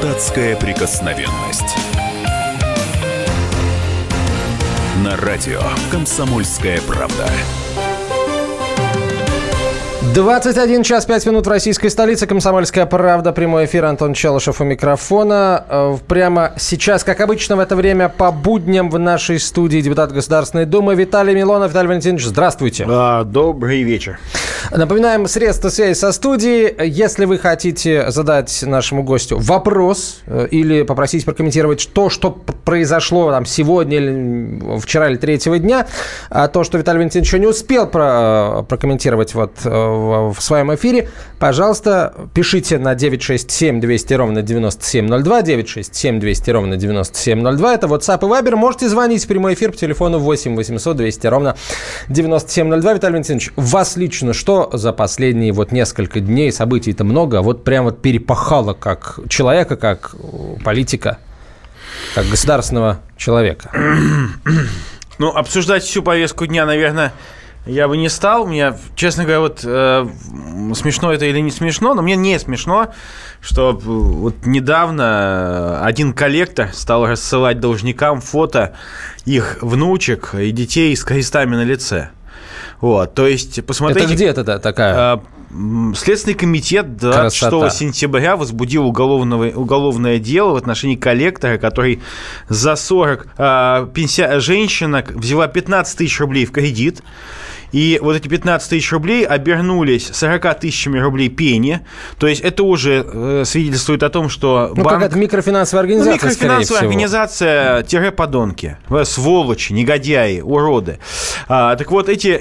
Депутатская прикосновенность. На радио «Комсомольская правда». 21 час 5 минут в российской столице. «Комсомольская правда». Прямой эфир. Антон Челышев у микрофона. Прямо сейчас, как обычно, в это время по будням в нашей студии депутат Государственной Думы Виталий Милонов. Виталий Валентинович, здравствуйте. Добрый вечер. Напоминаем, средства связи со студией. Если вы хотите задать нашему гостю вопрос или попросить прокомментировать то, что произошло там сегодня, или вчера, или третьего дня, то, что Виталий Валентинович еще не успел прокомментировать в своем эфире, пожалуйста, пишите на 967 200 ровно 9702, 967 200 ровно 9702. Это WhatsApp и Viber. Можете звонить в прямой эфир по телефону 8 800 200 ровно 9702. Виталий Валентинович, вас лично что за последние несколько дней, событий-то много, прям перепахало как человека, как политика, как государственного человека? Обсуждать всю повестку дня, наверное, я бы не стал. Мне, честно говоря, смешно это или не смешно, но мне не смешно, что недавно один коллектор стал рассылать должникам фото их внучек и детей с крестами на лице. То есть, посмотрите... Это где это такая... Следственный комитет 26 сентября возбудил уголовное дело в отношении коллектора, который за 40... женщина взяла 15 тысяч рублей в кредит. И эти 15 тысяч рублей обернулись 40 тысячами рублей пени. То есть это уже свидетельствует о том, что банк... какая-то микрофинансовая организация, микрофинансовая организация-сволочи, сволочи, негодяи, уроды. Так вот, эти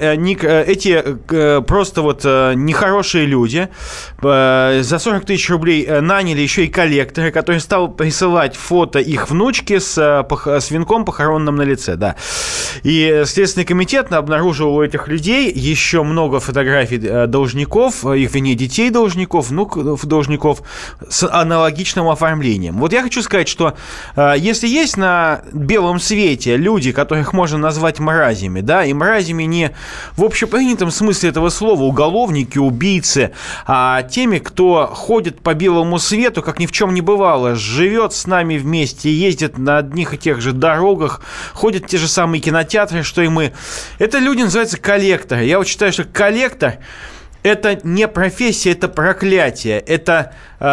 просто нехорошие люди за 40 тысяч рублей наняли еще и коллектора, который стал присылать фото их внучки с венком похоронным на лице. Да. И Следственный комитет обнаружил у этих людей еще много фотографий должников, детей должников, внуков должников с аналогичным оформлением. Я хочу сказать, что если есть на белом свете люди, которых можно назвать мразями, да, и мразями не в общепринятом смысле этого слова, уголовники, убийцы, а теми, кто ходит по белому свету, как ни в чем не бывало, живет с нами вместе, ездит на одних и тех же дорогах, ходят в те же самые кинотеатры, что и мы. Это люди называются коллектор. Я считаю, что коллектор – это не профессия, это проклятие. Это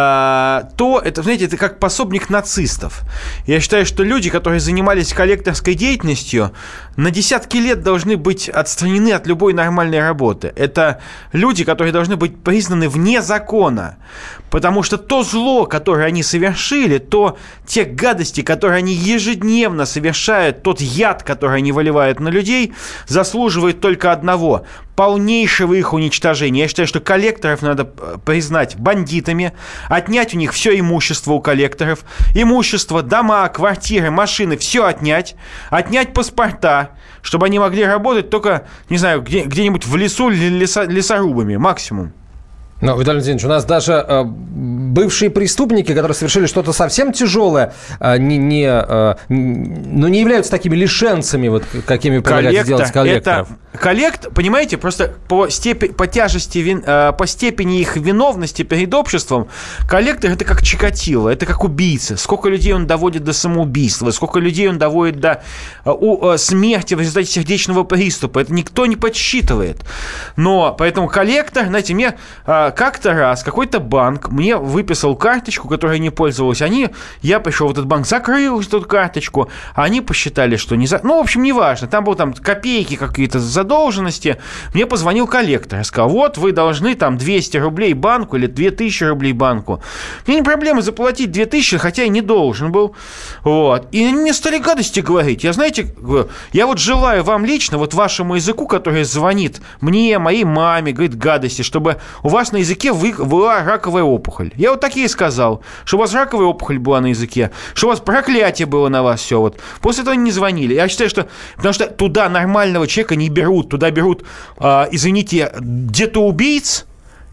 как пособник нацистов. Я считаю, что люди, которые занимались коллекторской деятельностью, на десятки лет должны быть отстранены от любой нормальной работы. Это люди, которые должны быть признаны вне закона. Потому что то зло, которое они совершили, те гадости, которые они ежедневно совершают, тот яд, который они выливают на людей, заслуживает только одного – полнейшего их уничтожения. Я считаю, что коллекторов надо признать бандитами, отнять у них все имущество у коллекторов. Имущество, дома, квартиры, машины, все отнять. Отнять паспорта, чтобы они могли работать только, не знаю, где-нибудь в лесу лесорубами, максимум. Виталий Владимирович, у нас даже бывшие преступники, которые совершили что-то совсем тяжелое, не являются такими лишенцами, какими предлагают делать коллекторов. Понимаете, просто по степени их виновности перед обществом, коллектор – это как Чикатило, это как убийца. Сколько людей он доводит до самоубийства, сколько людей он доводит до смерти в результате сердечного приступа. Это никто не подсчитывает. Но поэтому коллектор, знаете, мне... Как-то раз какой-то банк мне выписал карточку, которой я не пользовался. Я пришел в этот банк, закрыл эту карточку. Они посчитали, что не... в общем, неважно. Там были копейки какие-то задолженности. Мне позвонил коллектор. Я сказал, вы должны 200 рублей банку или 2000 рублей банку. Мне не проблема заплатить 2000, хотя я не должен был. И они мне стали гадости говорить. Я желаю вам лично, вашему языку, который звонит мне, моей маме, говорит гадости, чтобы у вас на языке была раковая опухоль. Я такие сказал, что у вас раковая опухоль была на языке, что у вас проклятие было на вас все. После этого они не звонили. Я считаю, что... Потому что туда нормального человека не берут. Туда берут, извините, детоубийц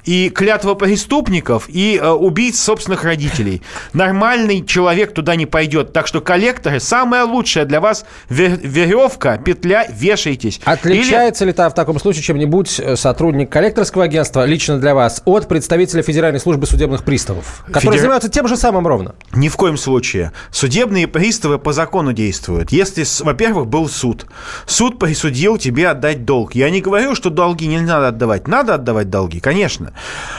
и клятва преступников, и убийц собственных родителей. Нормальный человек туда не пойдет. Так что коллекторы, самое лучшее для вас веревка, петля, вешайтесь. Отличается ли в таком случае чем-нибудь сотрудник коллекторского агентства лично для вас от представителя Федеральной службы судебных приставов, которые занимаются тем же самым ровно? Ни в коем случае. Судебные приставы по закону действуют. Если, во-первых, был суд. Суд присудил тебе отдать долг. Я не говорю, что долги не надо отдавать. Надо отдавать долги, конечно.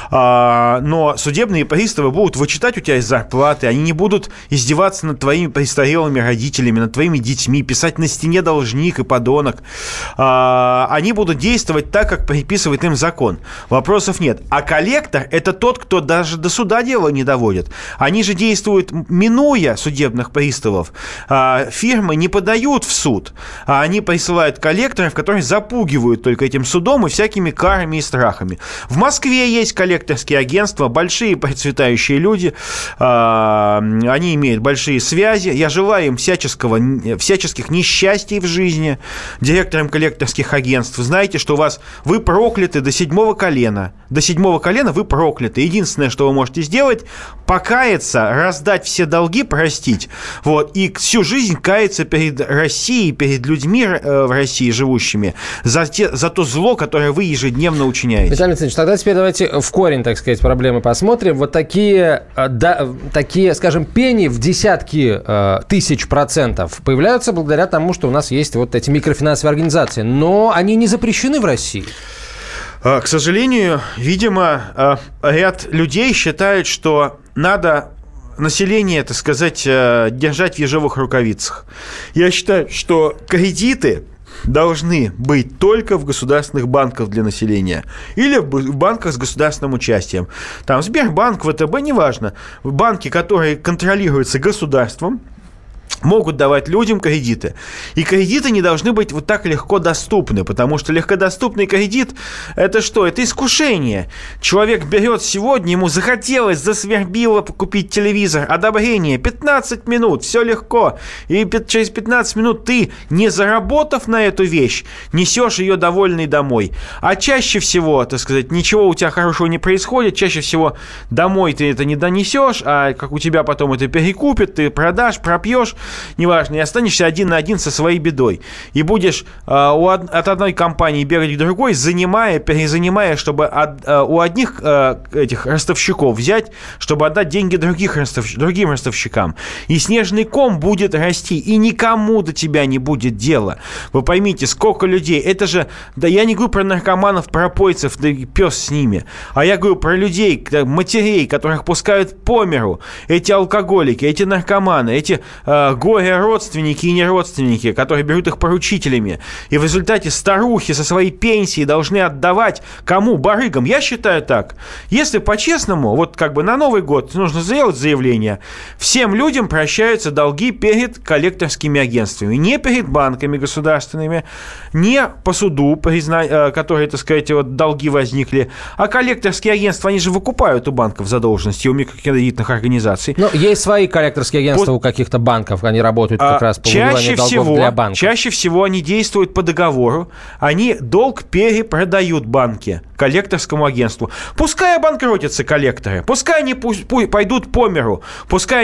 Но судебные приставы будут вычитать у тебя из зарплаты, они не будут издеваться над твоими престарелыми родителями, над твоими детьми, писать на стене должник и подонок. Они будут действовать так, как предписывает им закон. Вопросов нет. А коллектор – это тот, кто даже до суда дело не доводит. Они же действуют, минуя судебных приставов. Фирмы не подают в суд, а они присылают коллекторов, которые запугивают только этим судом и всякими карами и страхами. В Москве есть коллекторские агентства, большие процветающие люди, они имеют большие связи. Я желаю им всяческих несчастий в жизни, директорам коллекторских агентств. Знаете, что вы прокляты до 7 колена. До 7 колена вы прокляты. Единственное, что вы можете сделать, покаяться, раздать все долги, простить, и всю жизнь каяться перед Россией, перед людьми в России живущими за то зло, которое вы ежедневно учиняете. Виталий Александрович, тогда теперь давайте в корень, так сказать, проблемы посмотрим. Вот такие, скажем, пени в десятки тысяч процентов появляются благодаря тому, что у нас есть вот эти микрофинансовые организации. Но они не запрещены в России. К сожалению, видимо, ряд людей считают, что надо население, так сказать, держать в ежовых рукавицах. Я считаю, что кредиты должны быть только в государственных банках для населения или в банках с государственным участием. Там Сбербанк, ВТБ, неважно. Банки, которые контролируются государством, могут давать людям кредиты. И кредиты не должны быть вот так легко доступны, потому что легкодоступный кредит – это что? Это искушение. Человек берет сегодня, ему захотелось, засвербило купить телевизор, одобрение, 15 минут, все легко. И через 15 минут ты, не заработав на эту вещь, несешь ее довольный домой. А чаще всего, так сказать, ничего у тебя хорошего не происходит, чаще всего домой ты это не донесешь, а как у тебя потом это перекупят, ты продашь, пропьешь, неважно, и останешься один на один со своей бедой. И будешь от одной компании бегать к другой, перезанимая, чтобы у одних этих ростовщиков взять, чтобы отдать деньги другим ростовщикам. И снежный ком будет расти, и никому до тебя не будет дела. Вы поймите, сколько людей. Это же, да я не говорю про наркоманов, пропойцев, да и пес с ними, а я говорю про людей, матерей, которых пускают по миру. Эти алкоголики, эти наркоманы, эти горе-родственники и неродственники, которые берут их поручителями. И в результате старухи со своей пенсии должны отдавать кому? Барыгам. Я считаю так. Если по-честному, вот как бы на Новый год нужно сделать заявление, всем людям прощаются долги перед коллекторскими агентствами. Не перед банками государственными, не по суду, которые, так сказать, вот долги возникли, а коллекторские агентства, они же выкупают у банков задолженности, у микрокредитных организаций. Но есть свои коллекторские агентства у каких-то банков, они работают как раз по выбиванию долгов для банков. Чаще всего они действуют по договору, они долг перепродают банке, коллекторскому агентству. Пускай обанкротятся коллекторы, пускай они пойдут по миру, пускай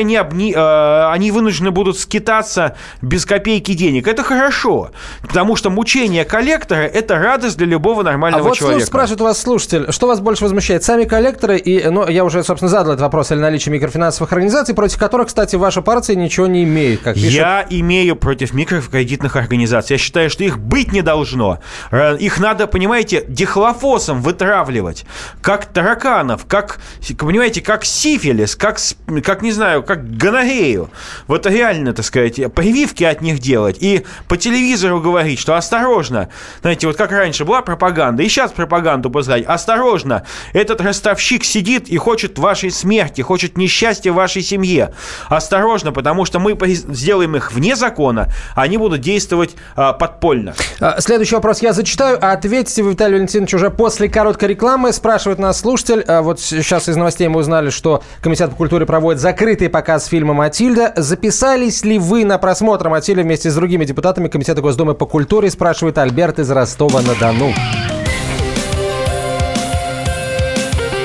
они вынуждены будут скитаться без копейки денег. Это хорошо, потому что мучение коллектора – это радость для любого нормального человека. Вот спрашивает у вас слушатель, что вас больше возмущает, сами коллекторы, я уже, собственно, задал этот вопрос, или наличие микрофинансовых организаций, против которых, кстати, ваша партия ничего не имеет, как пишет. Я имею против микрокредитных организаций. Я считаю, что их быть не должно. Их надо, понимаете, дихлофосом вытравливать, как тараканов, понимаете, как сифилис, как не знаю, как гонорею. Вот реально, так сказать, прививки от них делать и по телевизору говорить, что осторожно, знаете, вот как раньше была пропаганда, и сейчас пропаганду пускать, осторожно, этот ростовщик сидит и хочет вашей смерти, хочет несчастья в вашей семье. Осторожно, потому что мы сделаем их вне закона, а они будут действовать подпольно. Следующий вопрос я зачитаю, а ответите вы, Виталий Валентинович, уже после короткой рекламы. Спрашивает нас слушатель. Вот сейчас из новостей мы узнали, что Комитет по культуре проводит закрытый показ фильма «Матильда». Записались ли вы на просмотр «Матильды» вместе с другими депутатами Комитета Госдумы по культуре, спрашивает Альберт из Ростова-на-Дону.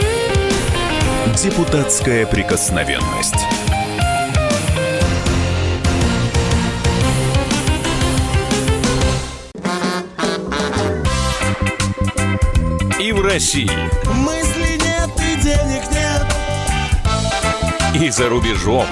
Депутатская прикосновенность. И в России. Мысли нет и денег нет. И за рубежом.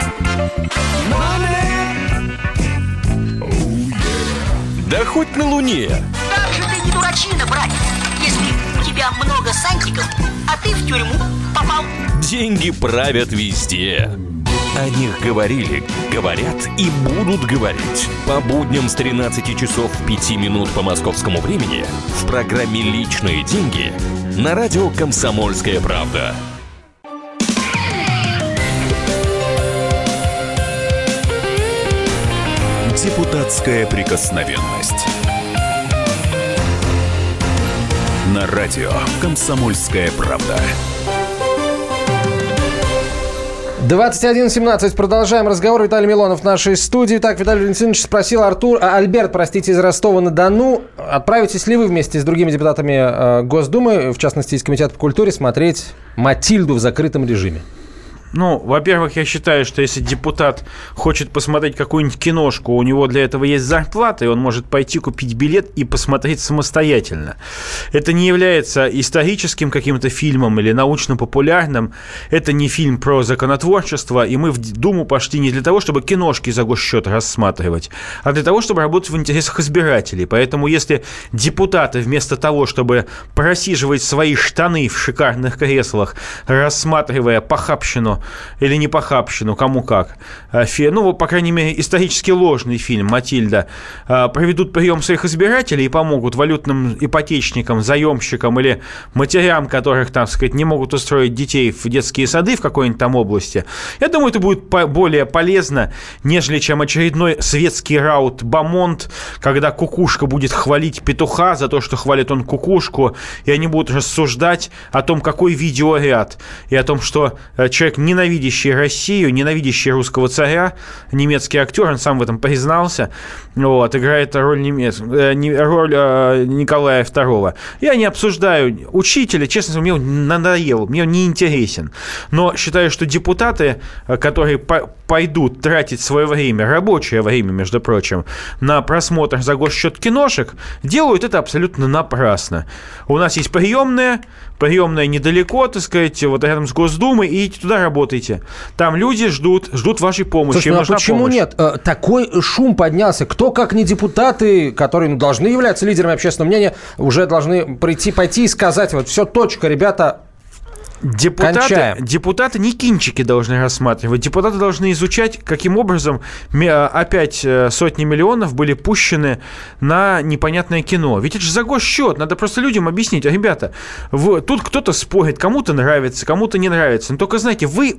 Да хоть на Луне. Как же ты не дурачина, братец, если у тебя много сантиков, а ты в тюрьму попал. Деньги правят везде. О них говорили, говорят и будут говорить. По будням с 13 часов 5 минут по московскому времени в программе «Личные деньги» на радио «Комсомольская правда». Депутатская прикосновенность. На радио «Комсомольская правда». 21:17. Продолжаем разговор. Виталий Милонов в нашей студии. Так, Виталий Валентинович спросил Альберт, из Ростова-на-Дону. Отправитесь ли вы вместе с другими депутатами Госдумы, в частности, из Комитета по культуре, смотреть «Матильду» в закрытом режиме? Ну, во-первых, я считаю, что если депутат хочет посмотреть какую-нибудь киношку, у него для этого есть зарплата, и он может пойти купить билет и посмотреть самостоятельно. Это не является историческим каким-то фильмом или научно-популярным. Это не фильм про законотворчество, и мы в Думу пошли не для того, чтобы киношки за госсчет рассматривать, а для того, чтобы работать в интересах избирателей. Поэтому если депутаты вместо того, чтобы просиживать свои штаны в шикарных креслах, рассматривая похабщину или не похабщину, кому как. Ну, по крайней мере, исторически ложный фильм «Матильда», проведут прием своих избирателей и помогут валютным ипотечникам, заемщикам или матерям, которых, так сказать, не могут устроить детей в детские сады в какой-нибудь там области. Я думаю, это будет более полезно, нежели чем очередной светский раут Бамонт, когда кукушка будет хвалить петуха за то, что хвалит он кукушку, и они будут рассуждать о том, какой видеоряд, и о том, что человек, ненавидящий Россию, ненавидящий русского царя, немецкий актер, он сам в этом признался, вот, играет роль Николая II. Я не обсуждаю учителя, честно, мне он надоел, мне он не интересен. Но считаю, что депутаты, которые пойдут тратить свое время, рабочее время, между прочим, на просмотр за госсчет киношек, делают это абсолютно напрасно. У нас есть приемная недалеко, так сказать, вот рядом с Госдумой, и идите туда, работайте. Там люди ждут вашей помощи. Слушай, ну а почему помощь? Нет? Такой шум поднялся. Кто, как не депутаты, которые должны являться лидерами общественного мнения, уже должны пойти и сказать, вот все, точка, ребята, Депутаты не кинчики должны рассматривать. Депутаты должны изучать, каким образом опять сотни миллионов были пущены на непонятное кино. Ведь это же за госсчет. Надо просто людям объяснить. Ребята, тут кто-то спорит, кому-то нравится, кому-то не нравится. Но только знаете, вы,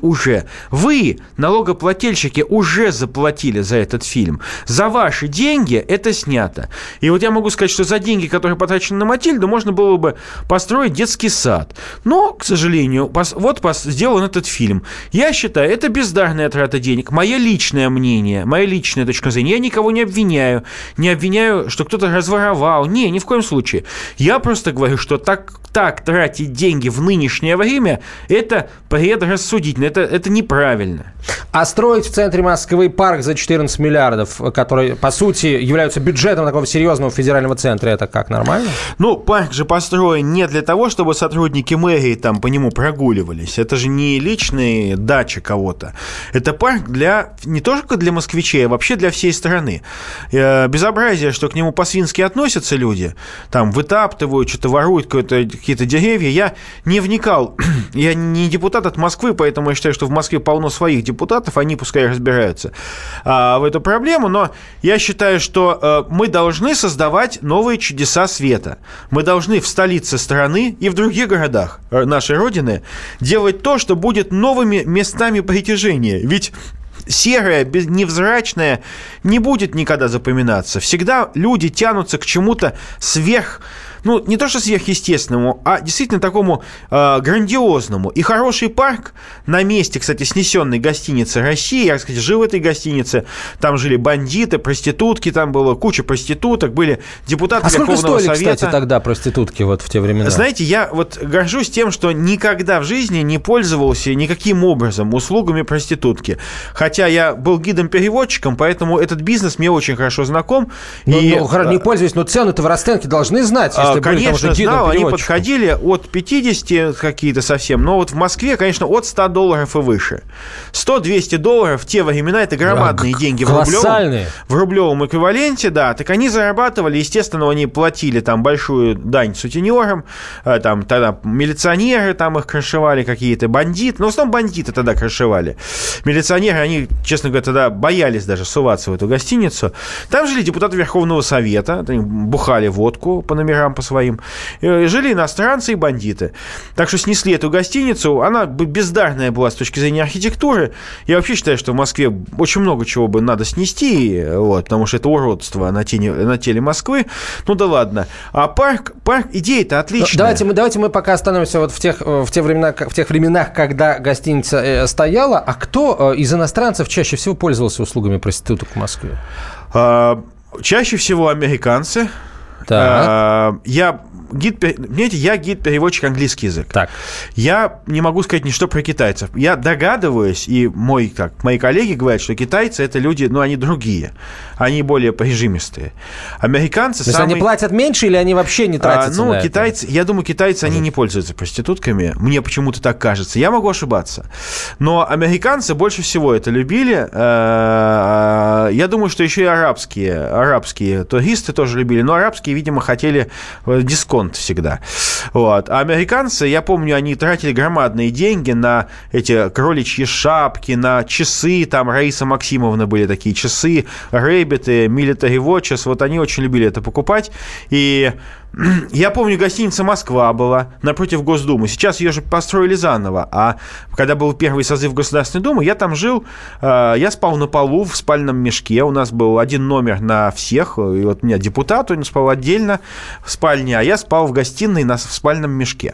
налогоплательщики, уже заплатили за этот фильм. За ваши деньги это снято. И вот я могу сказать, что за деньги, которые потрачены на «Матильду», можно было бы построить детский сад. Но, к сожалению, вот сделан этот фильм. Я считаю, это бездарная трата денег. Мое личное мнение, моя личная точка зрения. Я никого не обвиняю, что кто-то разворовал. Ни в коем случае. Я просто говорю, что так тратить деньги в нынешнее время, это предрассудительно, это неправильно. А строить в центре Москвы парк за 14 миллиардов, которые, по сути, являются бюджетом такого серьезного федерального центра, это как, нормально? Ну, парк же построен не для того, чтобы сотрудники мэрии там по нему прогуливались. Это же не личные дачи кого-то. Это парк не только для москвичей, а вообще для всей страны. Безобразие, что к нему по-свински относятся люди, там вытаптывают, что-то воруют, какие-то деревья. Я не вникал. Я не депутат от Москвы, поэтому я считаю, что в Москве полно своих депутатов, они пускай разбираются в эту проблему, но я считаю, что мы должны создавать новые чудеса света. Мы должны в столице страны и в других городах нашей Родины делать то, что будет новыми местами притяжения. Ведь серое, невзрачное не будет никогда запоминаться. Всегда люди тянутся к чему-то ну, не то что сверхъестественному, а действительно такому грандиозному. И хороший парк на месте, кстати, снесенной гостиницы «Россия». Я, кстати, жил в этой гостинице. Там жили бандиты, проститутки, там была куча проституток, были депутаты Верховного Совета. А сколько стоили, кстати, тогда проститутки вот в те времена? Знаете, я вот горжусь тем, что никогда в жизни не пользовался никаким образом услугами проститутки. Хотя я был гидом-переводчиком, поэтому этот бизнес мне очень хорошо знаком. Не пользуюсь, но цену-то в расценке должны знать, если конечно, были знал, они подходили от 50 какие-то совсем, но вот в Москве, конечно, от $100 и выше. $100-200 в те времена — это громадные деньги в рублевом эквиваленте, да. Так они зарабатывали, естественно, они платили там большую дань сутенерам, там тогда милиционеры там их крышевали, какие-то бандиты, но в основном бандиты тогда крышевали. Милиционеры, они, честно говоря, тогда боялись даже суваться в эту гостиницу. Там жили депутаты Верховного Совета, они бухали водку по номерам по своим, жили иностранцы и бандиты. Так что снесли эту гостиницу, она бездарная была с точки зрения архитектуры. Я вообще считаю, что в Москве очень много чего бы надо снести, вот, потому что это уродство на теле Москвы. Ну да ладно. А парк, идея-то отличная. Давайте мы пока остановимся вот в тех временах, когда гостиница стояла. А кто из иностранцев чаще всего пользовался услугами проституток в Москве? Чаще всего американцы. Я гид-переводчик английский язык. Так. Я не могу сказать ничто про китайцев. Я догадываюсь, и мои коллеги говорят, что китайцы — это люди, они другие. Они более прижимистые. Американцы... То есть они платят меньше или они вообще не тратятся на китайцы, это? Я думаю, китайцы, они не пользуются проститутками. Мне почему-то так кажется. Я могу ошибаться. Но американцы больше всего это любили. Я думаю, что еще и арабские туристы тоже любили. Но арабские, видимо, хотели дисконт всегда. Вот. А американцы, я помню, они тратили громадные деньги на эти кроличьи шапки, на часы. Там Раиса Максимовна были такие часы, Рэббиты, Military Watches. Вот они очень любили это покупать. И я помню, гостиница «Москва» была напротив Госдумы. Сейчас ее же построили заново. А когда был первый созыв Государственной Думы, я там жил, я спал на полу в спальном мешке. У нас был один номер на всех. И вот у меня депутат, он спал отдельно в спальне, а я спал в гостиной в спальном мешке.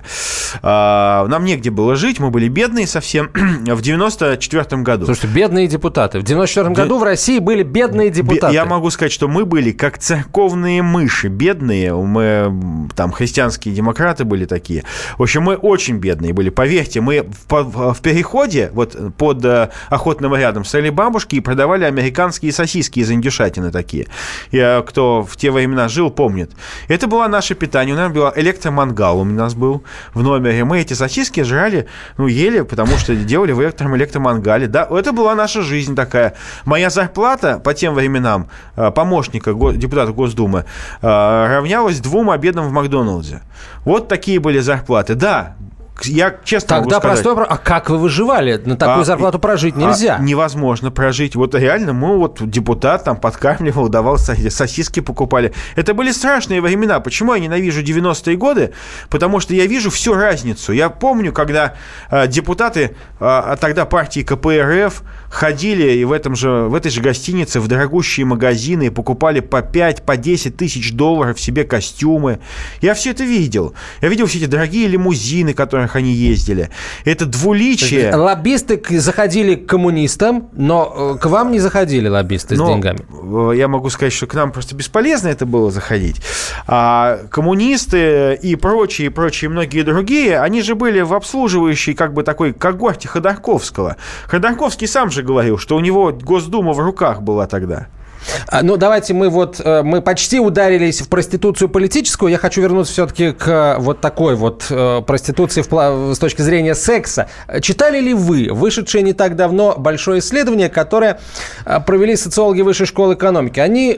Нам негде было жить, мы были бедные совсем. В 94-м году. Слушайте, бедные депутаты. В 94-м году в России были бедные депутаты. Я могу сказать, что мы были как церковные мыши, бедные. Мы там христианские демократы были такие. В общем, мы очень бедные были. Поверьте, мы в переходе вот под Охотным рядом стояли бабушки и продавали американские сосиски из индюшатины такие. И кто в те времена жил, помнит. Это было наше питание. У нас был электромангал, у нас был в номере. Мы эти сосиски жрали, ели, потому что делали в электромангале. Да, это была наша жизнь такая. Моя зарплата по тем временам помощника депутата Госдумы равнялась 2 обедам в Макдональдсе. Вот такие были зарплаты. Да, я честно могу сказать. Тогда простой вопрос. А как вы выживали? На такую зарплату прожить нельзя. Невозможно прожить. Вот реально мы депутат там подкармливал, давал сосиски, покупали. Это были страшные времена. Почему я ненавижу 90-е годы? Потому что я вижу всю разницу. Я помню, когда депутаты тогда партии КПРФ ходили и в этой же гостинице в дорогущие магазины и покупали по 5, по 10 тысяч долларов себе костюмы. Я все это видел. Я видел все эти дорогие лимузины, которые они ездили. Это двуличие. Лоббисты заходили к коммунистам, но к вам не заходили лоббисты с деньгами. Я могу сказать, что к нам просто бесполезно это было заходить. А коммунисты и прочие, многие другие, они же были в обслуживающей такой когорте Ходорковского. Ходорковский сам же говорил, что у него Госдума в руках была тогда. Давайте мы почти ударились в проституцию политическую. Я хочу вернуться все-таки к вот такой вот проституции с точки зрения секса. Читали ли вы вышедшее не так давно большое исследование, которое провели социологи Высшей школы экономики? Они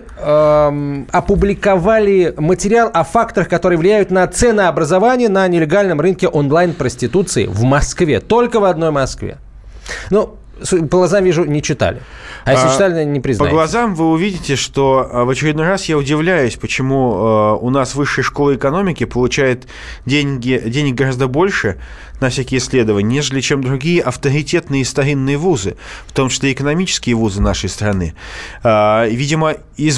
опубликовали материал о факторах, которые влияют на ценообразование на нелегальном рынке онлайн-проституции в Москве. Только в одной Москве. по глазам вижу, не читали. А если читали, не признаете. По глазам вы увидите, что в очередной раз я удивляюсь, почему у нас высшая школа экономики получает денег гораздо больше на всякие исследования, нежели чем другие авторитетные старинные вузы, в том числе экономические вузы нашей страны. Видимо,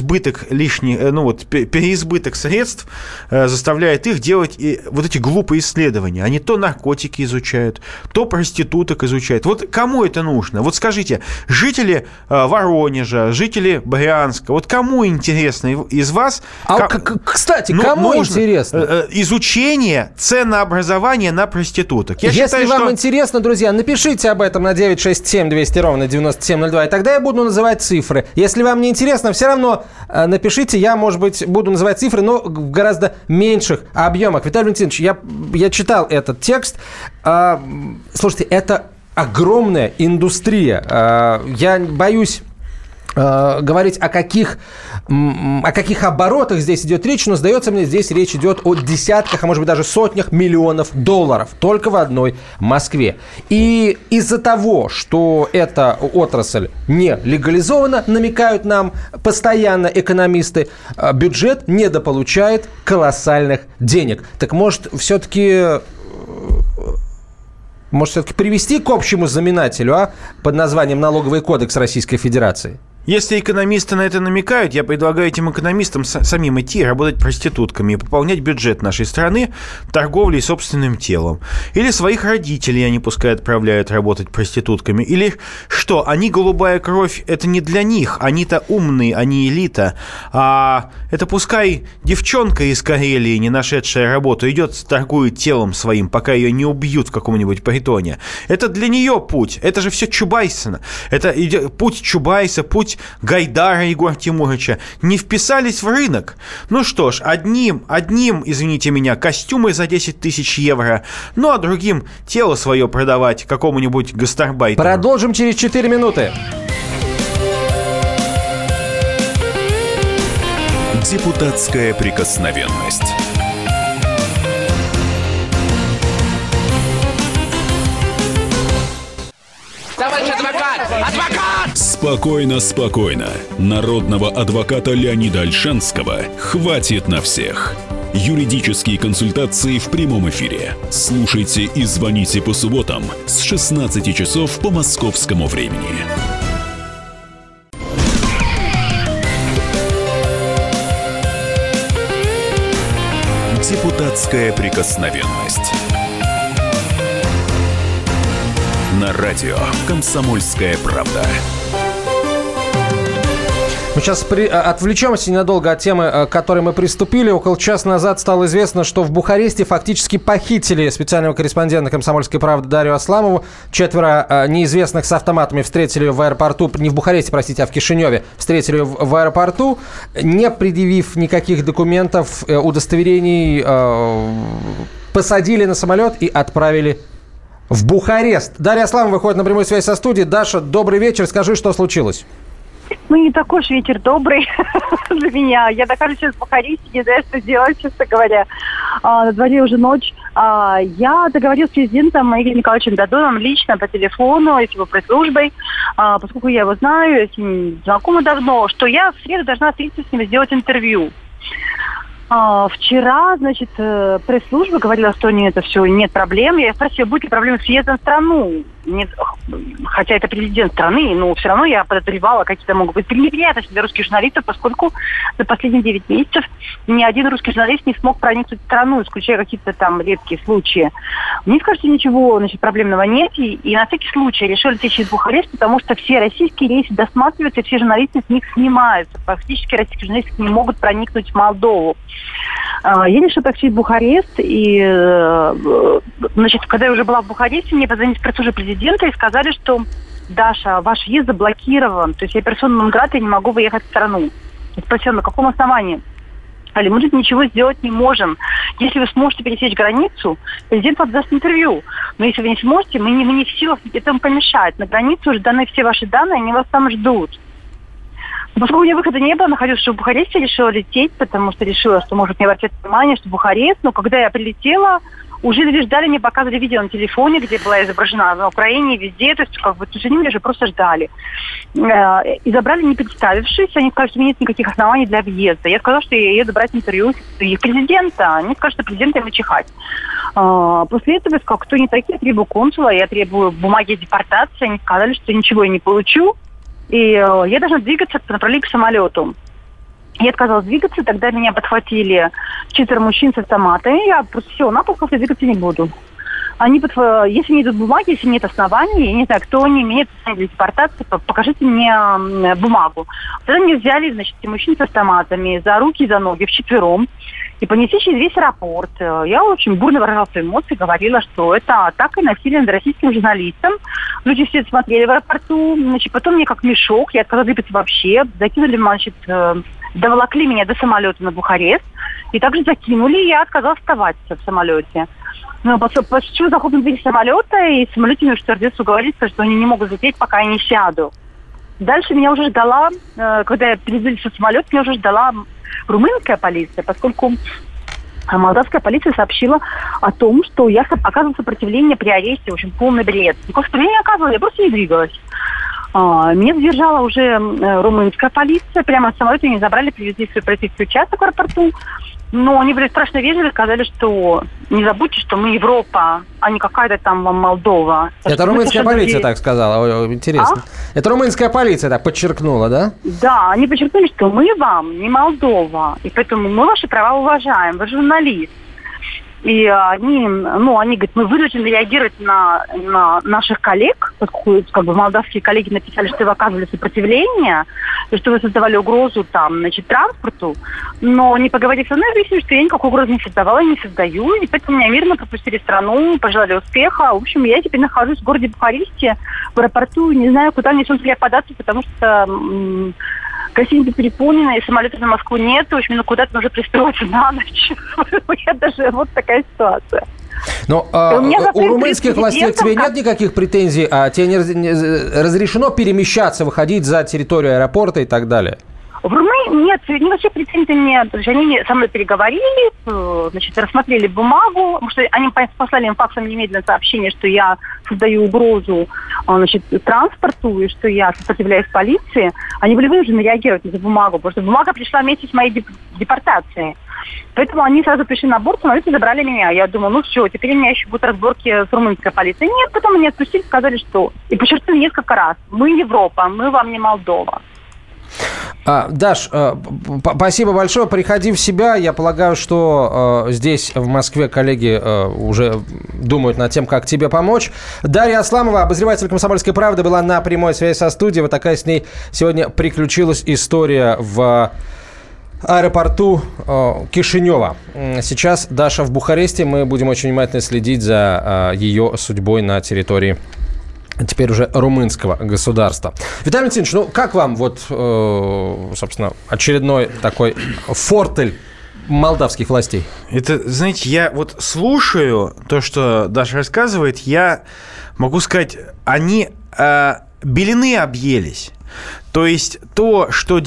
переизбыток средств заставляет их делать вот эти глупые исследования. Они то наркотики изучают, то проституток изучают. Вот кому это нужно? Вот скажите, жители Воронежа, жители Брянска, вот кому интересно из вас... Кстати, кому интересно? Изучение ценообразования на проституток. Если вам интересно, друзья, напишите об этом на 967-200-97-02, и тогда я буду называть цифры. Если вам не интересно, все равно напишите, я, может быть, буду называть цифры, но в гораздо меньших объемах. Виталий Валентинович, я читал этот текст. Слушайте, это огромная индустрия. Я боюсь говорить, о каких оборотах здесь идет речь, но, сдается мне, здесь речь идет о десятках, а может быть даже сотнях миллионов долларов только в одной Москве. И из-за того, что эта отрасль не легализована, намекают нам постоянно экономисты, бюджет недополучает колоссальных денег. Так может все-таки привести к общему знаменателю под названием «Налоговый кодекс Российской Федерации»? Если экономисты на это намекают, я предлагаю этим экономистам самим идти работать проститутками и пополнять бюджет нашей страны торговлей собственным телом. Или своих родителей они пускай отправляют работать проститутками. Или что, они голубая кровь, это не для них, они-то умные, они элита. А это пускай девчонка из Карелии, не нашедшая работу, идет, торгует телом своим, пока ее не убьют в каком-нибудь притоне. Это для нее путь, это же все Чубайсина. Это путь Чубайса, путь Гайдара Егора Тимуровича, не вписались в рынок. Ну что ж, одним, извините меня, костюмы за 10 тысяч евро, ну а другим тело свое продавать какому-нибудь гастарбайтеру. Продолжим через 4 минуты. Депутатская прикосновенность. Товарищ адвокат! Адвокат! Спокойно, спокойно. Народного адвоката Леонида Ольшанского хватит на всех. Юридические консультации в прямом эфире. Слушайте и звоните по субботам с 16 часов по московскому времени. Депутатская прикосновенность. На радио «Комсомольская правда». Мы сейчас отвлечемся ненадолго от темы, к которой мы приступили. Около часа назад стало известно, что в Бухаресте фактически похитили специального корреспондента «Комсомольской правды» Дарью Асламову. 4 неизвестных с автоматами встретили ее в аэропорту, не в Бухаресте, простите, а в Кишиневе. Встретили ее в аэропорту, не предъявив никаких документов, удостоверений, посадили на самолет и отправили в Бухарест. Дарья Асламова выходит на прямую связь со студией. Даша, добрый вечер. Скажи, что случилось? Ну, не такой уж вечер добрый для меня. Я нахожусь сейчас в Бухаресте, не знаю, что делать, честно говоря. На дворе уже ночь. Я договорилась с президентом Игорем Николаевичем Додоном лично по телефону, с его пресс-службой, поскольку я его знаю, с ним знакома давно, что я в среду должна встретиться с ним и сделать интервью. Вчера, значит, пресс-служба говорила, что это все, нет проблем. Я спросила, будет ли проблемы с въездом в страну. Нет, хотя это президент страны, но все равно я подозревала, какие-то могут быть неприятности для русских журналистов, поскольку за последние 9 месяцев ни один русский журналист не смог проникнуть в страну, исключая какие-то там редкие случаи. Мне скажете, ничего, значит, проблемного нет. И на всякий случай решили лететь через Бухарест, потому что все российские рейсы досматриваются, и все журналисты с них снимаются. Фактически российские журналисты не могут проникнуть в Молдову. Я решила такси в Бухарест, и, значит, когда я уже была в Бухаресте, мне позвонили с пресс-службы президента и сказали, что Даша, ваш въезд заблокирован, то есть я персона нон-грата и не могу выехать в страну. Я спросила, на каком основании? Сказали, мы тут ничего сделать не можем. Если вы сможете пересечь границу, президент вам даст интервью. Но если вы не сможете, мы не в силах этому помешать. На границе уже даны все ваши данные, они вас там ждут. Поскольку у меня выхода не было, находилась в Бухаресте, решила лететь, потому что решила, что может не обратить внимание, что Бухарест. Но когда я прилетела, уже ждали, мне показывали видео на телефоне, где была изображена на Украине, везде. То есть, как бы, они меня уже просто ждали. И забрали, не представившись. Они сказали, что у меня нет никаких оснований для въезда. Я сказала, что я еду брать интервью их президента. Они сказали, что президента им чихать. После этого я сказала, кто не такие, я требую консула, я требую бумаги о депортации. Они сказали, что ничего я не получу. И я должна двигаться по направлению к самолету. Я отказалась двигаться, тогда меня подхватили 4 мужчин с автоматами. Я просто села на пол, просто двигаться не буду. Они, если не идут бумаги, если нет оснований, я не знаю, кто они имеет для депортации, покажите мне бумагу. Тогда мне взяли, значит, эти мужчины с автоматами за руки и за ноги вчетвером и понесли через весь аэропорт. Я очень бурно выражала свои эмоции, говорила, что это атака и насилие над российским журналистом. Люди все это смотрели в аэропорту. Значит, потом мне как мешок, я отказалась двигаться вообще. Закинули, значит, доволокли меня до самолета на Бухарест. И также закинули, и я отказалась оставаться в самолете. Ну, почему захлопнули дверь самолета, и в самолете мне стюардессу говорится, что они не могут залететь, пока я не сяду. Дальше меня уже ждала, когда я перезалился в самолет, меня уже ждала румынская полиция, поскольку молдавская полиция сообщила о том, что я оказывала сопротивление при аресте, в общем, полный бред. Никакого сопротивления не оказывала, я просто не двигалась. Меня задержала уже румынская полиция, прямо в самолете они забрали, привезли в свой полицейский участок в аэропорту. Но они были страшно вежливы, сказали, что не забудьте, что мы Европа, а не какая-то там Молдова. Это румынская полиция так сказала, интересно. Это румынская полиция так подчеркнула, да? Да, они подчеркнули, что мы вам не Молдова, и поэтому мы ваши права уважаем, вы журналист. И они говорят, мы вынуждены реагировать на наших коллег, поскольку как бы молдавские коллеги написали, что вы оказывали сопротивление, и что вы создавали угрозу там, значит, транспорту, но не поговорив со мной, выяснили, что я никакой угрозы не создавала, не создаю, и поэтому меня мирно пропустили в страну, пожелали успеха. В общем, я теперь нахожусь в городе Бухаресте, в аэропорту, не знаю, куда мне собственно податься, потому что гостиница переполнена, и самолетов на Москву нет, в общем, куда-то нужно пристроиться на ночь. Я даже вот такая ситуация. Но у румынских властей к тебе нет никаких претензий, а тебе не разрешено перемещаться, выходить за территорию аэропорта и так далее? В Румынии нет, вообще претензий нет. Они со мной переговорили, значит, рассмотрели бумагу, потому что они послали им факсом немедленно сообщение, что я создаю угрозу, значит, транспорту и что я сопротивляюсь полиции. Они были вынуждены реагировать на эту бумагу, потому что бумага пришла вместе с моей депортацией. Поэтому они сразу пришли на борт, самолете забрали меня. Я думала, ну все, теперь у меня еще будут разборки с румынской полицией. Нет, потом они отпустили, сказали, что... И подчеркнули несколько раз. Мы Европа, мы вам не Молдова. Даш, спасибо большое. Приходи в себя. Я полагаю, что здесь, в Москве, коллеги уже думают над тем, как тебе помочь. Дарья Асламова, обозреватель «Комсомольской правды», была на прямой связи со студией. Вот такая с ней сегодня приключилась история в аэропорту Кишинева. Сейчас Даша в Бухаресте. Мы будем очень внимательно следить за ее судьбой на территории теперь уже румынского государства. Виталий Валентинович, ну как вам вот, собственно, очередной такой фортель молдавских властей? Это, знаете, я вот слушаю то, что Даша рассказывает, я могу сказать, они белины объелись. То есть то, что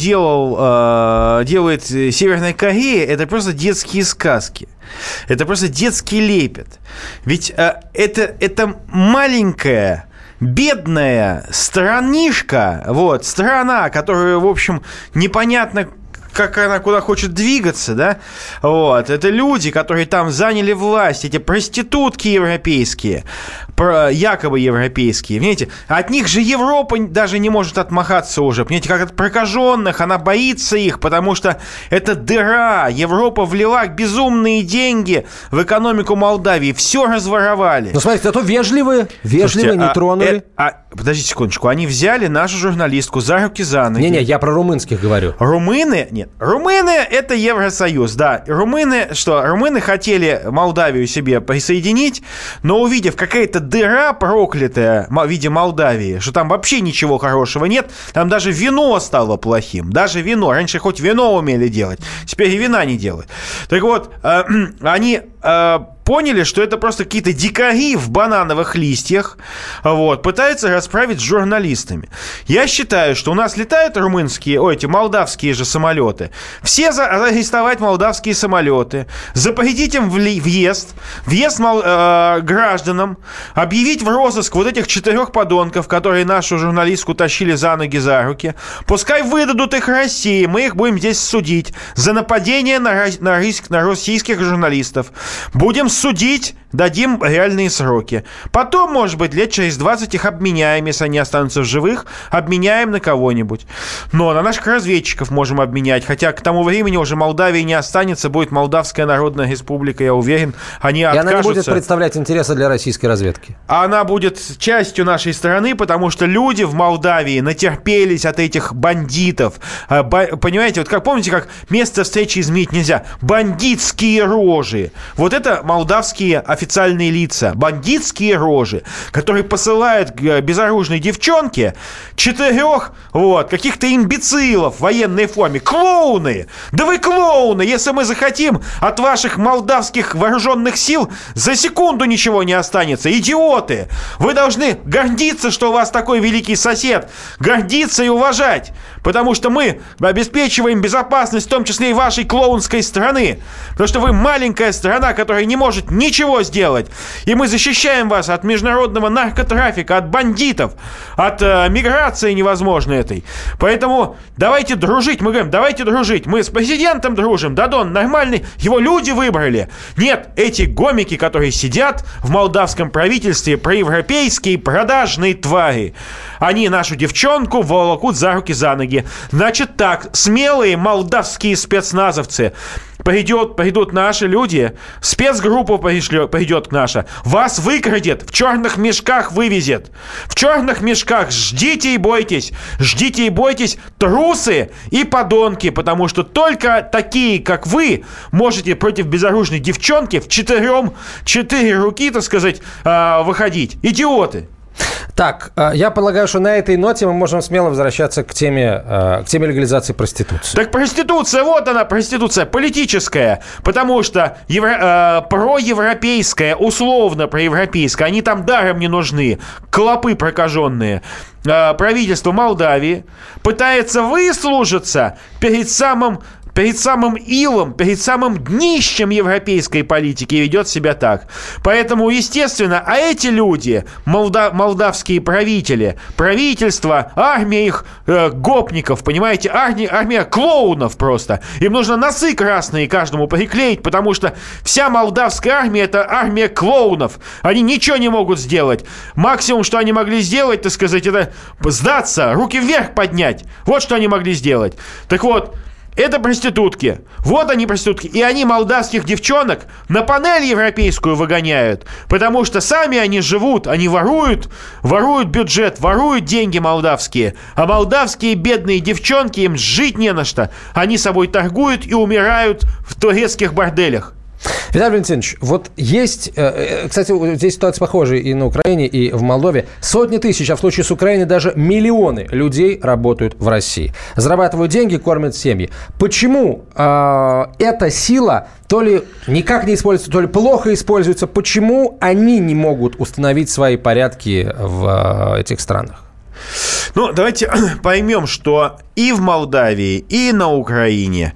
делает Северная Корея, это просто детские сказки. Это просто детский лепет. Ведь это маленькая, бедная странишка, вот, страна, которая, в общем, непонятно, как она куда хочет двигаться, да, вот, это люди, которые там заняли власть, эти проститутки европейские, якобы европейские, понимаете, от них же Европа даже не может отмахаться уже, понимаете, как от прокаженных, она боится их, потому что это дыра, Европа влила безумные деньги в экономику Молдавии, все разворовали. Ну, смотрите, зато вежливые, слушайте, не тронули. Подождите секундочку, они взяли нашу журналистку за руки, за ноги. Не-не, я про румынских говорю. Румыны? Нет. Румыны – это Евросоюз, да. Румыны хотели Молдавию себе присоединить, но увидев какая-то дыра проклятая в виде Молдавии, что там вообще ничего хорошего нет, там даже вино стало плохим. Даже вино. Раньше хоть вино умели делать, теперь и вина не делают. Так вот, они поняли, что это просто какие-то дикари в банановых листьях, вот, пытаются расправить с журналистами. Я считаю, что у нас летают эти молдавские же самолеты. Все арестовать молдавские самолеты, запретить им въезд гражданам, объявить в розыск вот этих 4 подонков, которые нашу журналистку тащили за ноги, за руки. Пускай выдадут их России, мы их будем здесь судить за нападение на российских журналистов. Будем судить, дадим реальные сроки. Потом, может быть, лет через 20 их обменяем, если они останутся в живых, обменяем на кого-нибудь. Но на наших разведчиков можем обменять, хотя к тому времени уже Молдавии не останется, будет Молдавская Народная Республика, я уверен, они откажутся. И она не будет представлять интересы для российской разведки. Она будет частью нашей страны, потому что люди в Молдавии натерпелись от этих бандитов. Понимаете, вот как помните, как место встречи изменить нельзя. Бандитские рожи. Вот это молдавские официальные лица. Бандитские рожи, которые посылают к безоружной девчонке 4 каких-то имбецилов в военной форме. Клоуны! Да вы клоуны! Если мы захотим, от ваших молдавских вооруженных сил за секунду ничего не останется. Идиоты! Вы должны гордиться, что у вас такой великий сосед. Гордиться и уважать. Потому что мы обеспечиваем безопасность, в том числе и вашей клоунской страны. Потому что вы маленькая страна, которая не может ничего сделать. И мы защищаем вас от международного наркотрафика, от бандитов, от миграции невозможной этой. Поэтому давайте дружить. Мы говорим, давайте дружить. Мы с президентом дружим. Дадон нормальный. Его люди выбрали. Нет, эти гомики, которые сидят в молдавском правительстве, проевропейские продажные твари. Они нашу девчонку волокут за руки, за ноги. Значит так, смелые молдавские спецназовцы. Придут наши люди, спецгруппа придет наша, вас выкрадет, в черных мешках вывезет. В черных мешках ждите и бойтесь, трусы и подонки, потому что только такие, как вы, можете против безоружной девчонки в 4 руки, так сказать, выходить. Идиоты. Так, я полагаю, что на этой ноте мы можем смело возвращаться к теме легализации проституции. Так проституция, вот она, проституция политическая, потому что проевропейская, условно проевропейская, они там даром не нужны, клопы прокаженные. Правительство Молдавии пытается выслужиться перед самым илом, перед самым днищем европейской политики и ведет себя так. Поэтому, естественно, эти люди, молдавские правители, правительство, армия их гопников, понимаете, армия клоунов просто. Им нужно носы красные каждому приклеить, потому что вся молдавская армия – это армия клоунов. Они ничего не могут сделать. Максимум, что они могли сделать, так сказать, это сдаться, руки вверх поднять. Вот что они могли сделать. Так вот, это проститутки. Вот они, проститутки. И они молдавских девчонок на панель европейскую выгоняют. Потому что сами они живут, они воруют бюджет, воруют деньги молдавские. А молдавские бедные девчонки, им жить не на что. Они собой торгуют и умирают в турецких борделях. Виталий Валентинович, вот есть, кстати, здесь ситуация похожая и на Украине, и в Молдове. Сотни тысяч, а в случае с Украиной даже миллионы людей работают в России. Зарабатывают деньги, кормят семьи. Почему эта сила то ли никак не используется, то ли плохо используется? Почему они не могут установить свои порядки в этих странах? Ну, давайте поймем, что и в Молдавии, и на Украине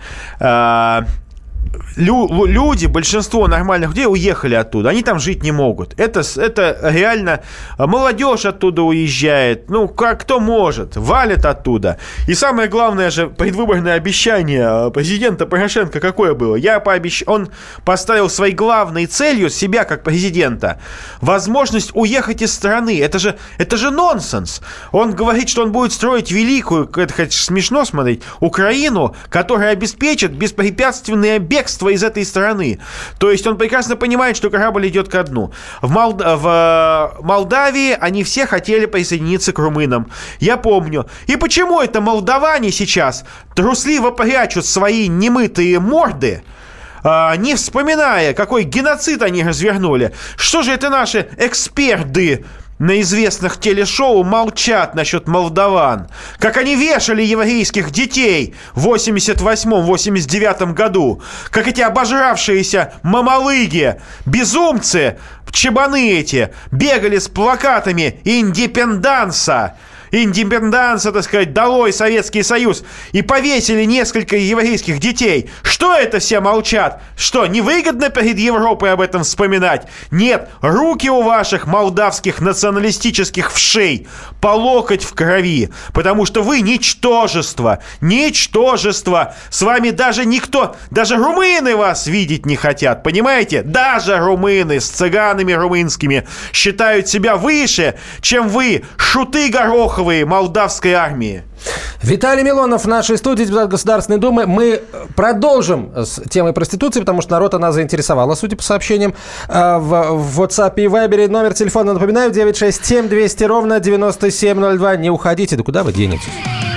люди, большинство нормальных людей уехали оттуда. Они там жить не могут. Это реально молодежь оттуда уезжает. Ну, кто может. Валят оттуда. И самое главное же, предвыборное обещание президента Порошенко какое было? Он поставил своей главной целью себя как президента возможность уехать из страны. Это же нонсенс. Он говорит, что он будет строить великую, это хоть смешно смотреть, Украину, которая обеспечит беспрепятственное бегство из этой страны. То есть он прекрасно понимает, что корабль идет ко дну. В Молдавии они все хотели присоединиться к румынам. Я помню. И почему это молдаване сейчас трусливо прячут свои немытые морды, не вспоминая, какой геноцид они развернули? Что же это наши эксперты на известных телешоу молчат насчет молдаван. Как они вешали еврейских детей в 88-89 году. Как эти обожравшиеся мамалыги, безумцы, чебаны эти, бегали с плакатами «Индепенданса». Индепенданса, так сказать, долой Советский Союз. И повесили несколько еврейских детей. Что это все молчат? Что, невыгодно перед Европой об этом вспоминать? Нет, руки у ваших молдавских националистических вшей по локоть в крови. Потому что вы ничтожество. Ничтожество. С вами даже никто, даже румыны вас видеть не хотят. Понимаете? Даже румыны с цыганами румынскими считают себя выше, чем вы, шуты гороховые молдавской армии. Виталий Милонов в нашей студии, депутат Государственной Думы. Мы продолжим с темой проституции, потому что народ она заинтересовала, судя по сообщениям в WhatsApp и Viber. Номер телефона, напоминаю, 967-200-97-02. Не уходите, да куда вы денетесь?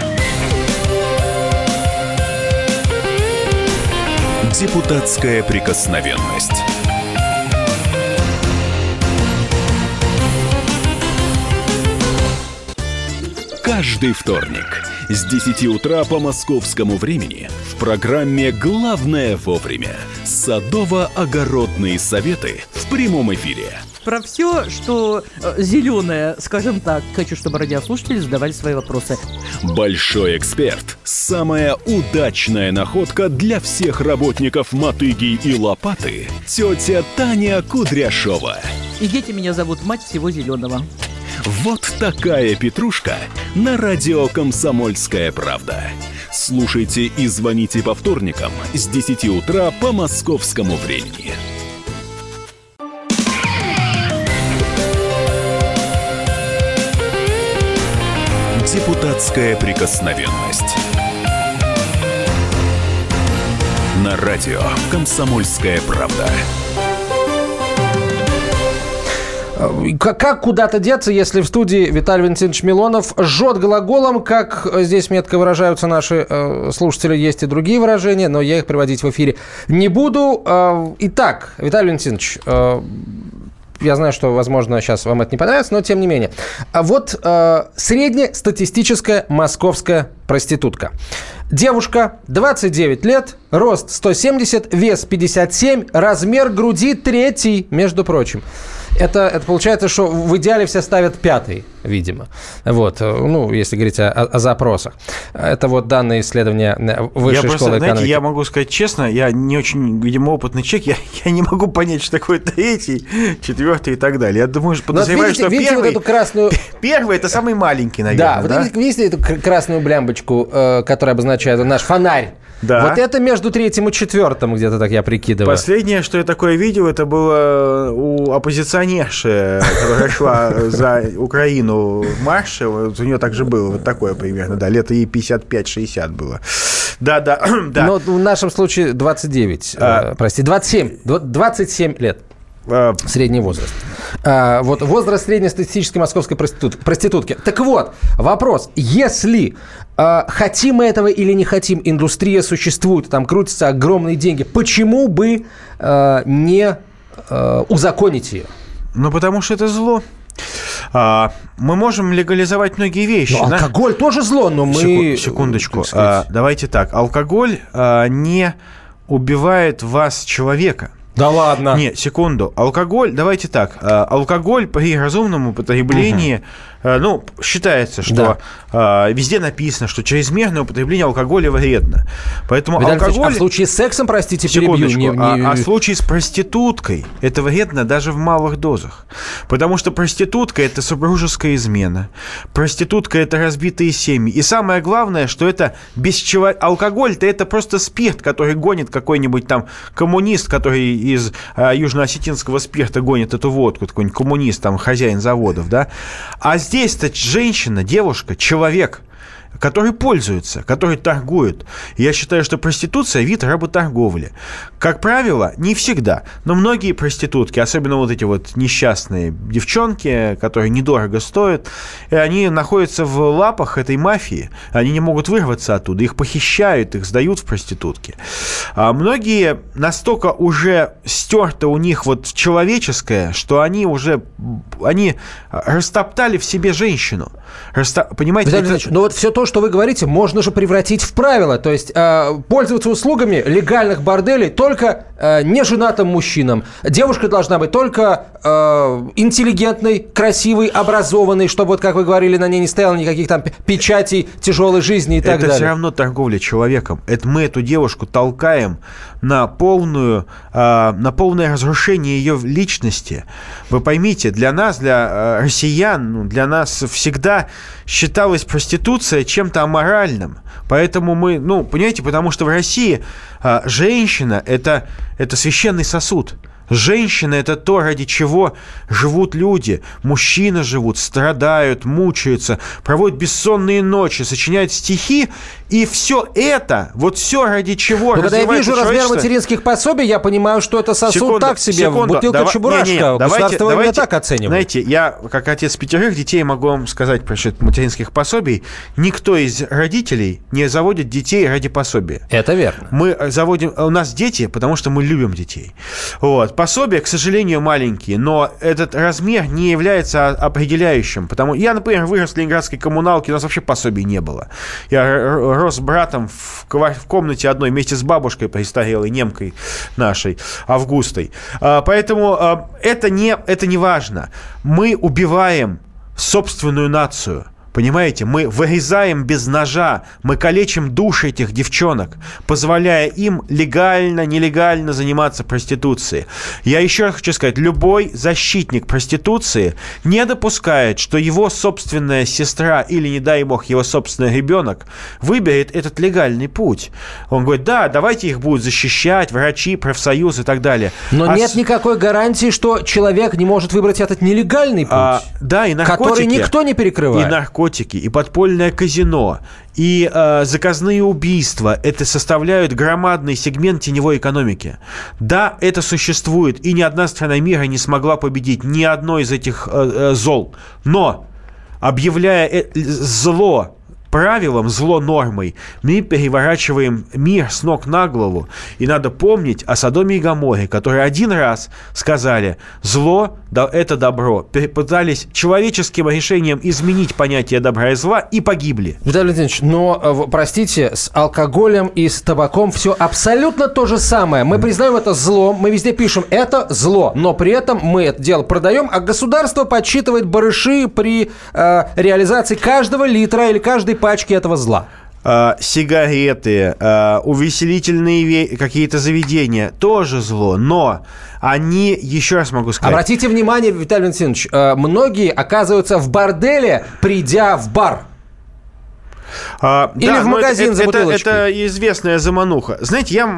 Депутатская прикосновенность. Каждый вторник с 10 утра по московскому времени в программе «Главное вовремя» садово-огородные советы в прямом эфире. Про все, что зеленое, скажем так, хочу, чтобы радиослушатели задавали свои вопросы. Большой эксперт. Самая удачная находка для всех работников мотыги и лопаты. Тетя Таня Кудряшова. И дети меня зовут мать всего зеленого. Вот такая петрушка на радио «Комсомольская правда». Слушайте и звоните по вторникам с 10 утра по московскому времени. Депутатская прикосновенность. На радио «Комсомольская правда». Как куда-то деться, если в студии Виталий Валентинович Милонов жжет глаголом, как здесь метко выражаются наши слушатели, есть и другие выражения, но я их приводить в эфире не буду. Итак, Виталий Валентинович, я знаю, что, возможно, сейчас вам это не понравится, но тем не менее. Вот среднестатистическая московская проститутка. Девушка, 29 лет, рост 170, вес 57, размер груди 3, между прочим. Это получается, что в идеале все ставят 5, видимо. Вот, ну, если говорить о запросах. Это вот данные исследования Высшей школы экономики. Знаете, я могу сказать честно, я не очень, видимо, опытный человек, я не могу понять, что такое 3, 4 и так далее. Я думаю, подозреваю, что видите первый, вот эту красную... первый это самый маленький, наверное. Да, вот видите эту красную блямбочку, которая обозначает наш фонарь? Да. Вот это между 3 и 4 где-то, так я прикидываю. Последнее, что я такое видел, это было у оппозиционерши, которая шла за Украину в марше. Вот у нее также было вот такое примерно, да, лет ей 55-60 было. Да. Но в нашем случае 27 лет. Средний возраст. Вот возраст среднестатистической московской проститутки. Так вот, вопрос. Если хотим мы этого или не хотим, индустрия существует, там крутятся огромные деньги, почему бы не узаконить ее? Ну, потому что это зло. Мы можем легализовать многие вещи. Но алкоголь тоже зло, но мы... Секундочку. Давайте так. Алкоголь не убивает вас, человека. Да ладно. Нет, секунду. Алкоголь, давайте так. Алкоголь при разумном употреблении, считается, что везде написано, что чрезмерное употребление алкоголя вредно. Поэтому алкоголь... А в случае с сексом, простите, перебью. А в случае с проституткой это вредно даже в малых дозах. Потому что проститутка – это супружеская измена. Проститутка – это разбитые семьи. И самое главное, что это алкоголь-то это просто спирт, который гонит какой-нибудь там коммунист, который из южно-осетинского спирта гонит эту водку, какой-нибудь коммунист, там, хозяин заводов, да. А здесь-то женщина, девушка, человек. которые пользуются, которые торгуют. Я считаю, что проституция – вид работорговли. Как правило, не всегда, но многие проститутки, особенно вот эти вот несчастные девчонки, которые недорого стоят, они находятся в лапах этой мафии, они не могут вырваться оттуда, их похищают, их сдают в проститутки. А многие настолько уже стерто у них вот человеческое, что они растоптали в себе женщину. Понимаете? Виталий Владимирович, но вот все то, что вы говорите, можно же превратить в правило. То есть пользоваться услугами легальных борделей только неженатым мужчинам. Девушка должна быть только интеллигентной, красивой, образованной, чтобы, вот как вы говорили, на ней не стояло никаких там печатей тяжелой жизни и так далее. Это все равно торговля человеком. Мы эту девушку толкаем на полное разрушение ее личности. Вы поймите, для нас, для россиян, для нас всегда считалась проституция чем-то аморальным. Поэтому мы, понимаете, потому что в России женщина – это священный сосуд. Женщина – это то, ради чего живут люди. Мужчины живут, страдают, мучаются, проводят бессонные ночи, сочиняют стихи. И все это, вот все ради чего развивается. Когда я вижу размер материнских пособий, я понимаю, что это сосуд так себе, бутылка чебурашка. Государство именно так оценивает. Знаете, я, как отец 5 детей, могу вам сказать про счет материнских пособий. Никто из родителей не заводит детей ради пособия. Это верно. У нас дети, потому что мы любим детей. Вот. Пособия, к сожалению, маленькие, но этот размер не является определяющим. Я, например, вырос в ленинградской коммуналке, у нас вообще пособий не было. Я рос с братом в комнате одной вместе с бабушкой престарелой, немкой нашей, Августой. Поэтому это не важно. Мы убиваем собственную нацию. Понимаете, мы вырезаем без ножа, мы калечим души этих девчонок, позволяя им легально, нелегально заниматься проституцией. Я еще раз хочу сказать, любой защитник проституции не допускает, что его собственная сестра или, не дай бог, его собственный ребенок выберет этот легальный путь. Он говорит, да, давайте их будут защищать, врачи, профсоюз и так далее. Но нет никакой гарантии, что человек не может выбрать этот нелегальный путь, да, и наркотики, который никто не перекрывает. И наркотики, и подпольное казино, и заказные убийства – это составляют громадный сегмент теневой экономики. Да, это существует, и ни одна страна мира не смогла победить ни одно из этих зол. Но, объявляя зло правилом, зло нормой, мы переворачиваем мир с ног на голову. И надо помнить о Содоме и Гоморре, которые один раз сказали, зло – это добро. Пытались человеческим решением изменить понятие добра и зла и погибли. Виталий Владимирович, но, простите, с алкоголем и с табаком все абсолютно то же самое. Мы признаем это злом, мы везде пишем «это зло», но при этом мы это дело продаем, а государство подсчитывает барыши при реализации каждого литра или каждой пачки этого зла. Сигареты, увеселительные какие-то заведения тоже зло, но они, еще раз могу сказать... Обратите внимание, Виталий Валентинович, многие оказываются в борделе, придя в бар. Или в магазин за бутылочкой. Это известная замануха. Знаете, я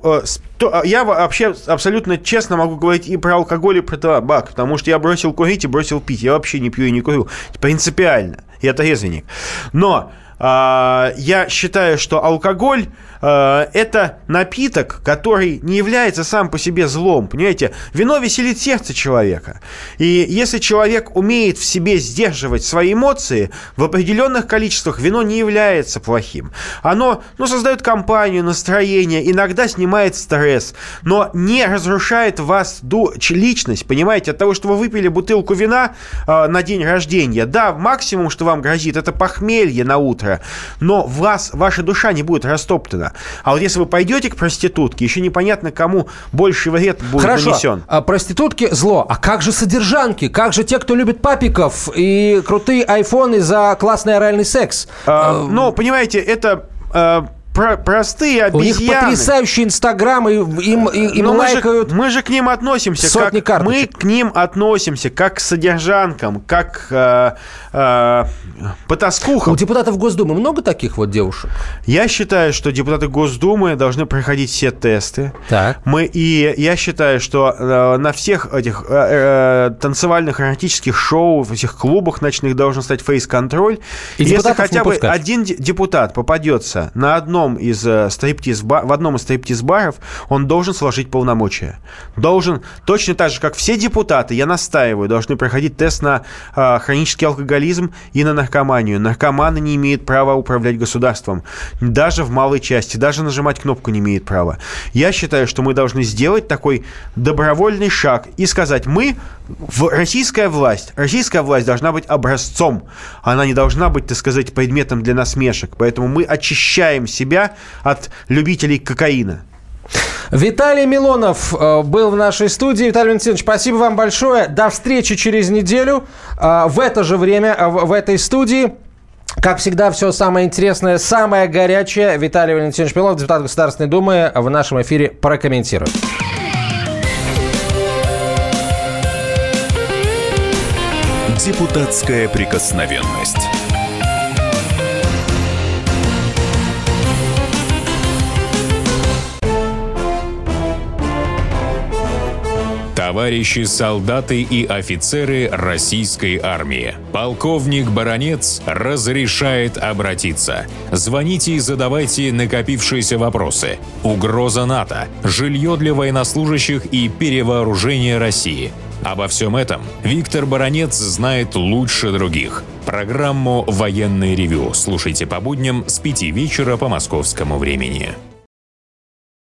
вообще абсолютно честно могу говорить и про алкоголь, и про табак, потому что я бросил курить и бросил пить. Я вообще не пью и не курю. Принципиально. Я трезвенник. Но я считаю, что алкоголь это напиток, который не является сам по себе злом. Понимаете, вино веселит сердце человека. И если человек умеет в себе сдерживать свои эмоции, в определенных количествах вино не является плохим. Оно создает компанию, настроение, иногда снимает стресс, но не разрушает в вас личность. Понимаете, от того, что вы выпили бутылку вина на день рождения, да, максимум, что вам грозит, это похмелье на утро, но ваша душа не будет растоптана. А вот если вы пойдете к проститутке, еще непонятно, кому больше вред будет нанесен. Хорошо, проститутки – зло. А как же содержанки? Как же те, кто любит папиков и крутые айфоны за классный оральный секс? Понимаете, это простые обезьяны. У них потрясающий Инстаграм, и им лайкают. Мы же к ним относимся сотни как карточек. Мы к ним относимся как к содержанкам, как потаскухам. У депутатов Госдумы много таких вот девушек? Я считаю, что депутаты Госдумы должны проходить все тесты. Так. Я считаю, что на всех этих танцевальных эротических шоу, в этих клубах ночных должен стать фейс-контроль. Если хотя бы один депутат попадется на одном из в одном из стриптиз-баров, он должен сложить полномочия. Должен, точно так же, как все депутаты, я настаиваю, должны проходить тест на хронический алкоголизм и на наркоманию. Наркоманы не имеют права управлять государством. Даже в малой части. Даже нажимать кнопку не имеют права. Я считаю, что мы должны сделать такой добровольный шаг и сказать, российская власть должна быть образцом. Она не должна быть, так сказать, предметом для насмешек. Поэтому мы очищаем себя от любителей кокаина. Виталий Милонов был в нашей студии. Виталий Валентинович, спасибо вам большое. До встречи через неделю в это же время в этой студии. Как всегда, все самое интересное, самое горячее Виталий Валентинович Милонов, депутат Государственной Думы, в нашем эфире прокомментирует. Депутатская прикосновенность. Товарищи солдаты и офицеры российской армии. Полковник Баранец разрешает обратиться. Звоните и задавайте накопившиеся вопросы. Угроза НАТО, жилье для военнослужащих и перевооружение России. Обо всем этом Виктор Баранец знает лучше других. Программу «Военное ревю» слушайте по будням с 5 вечера по московскому времени.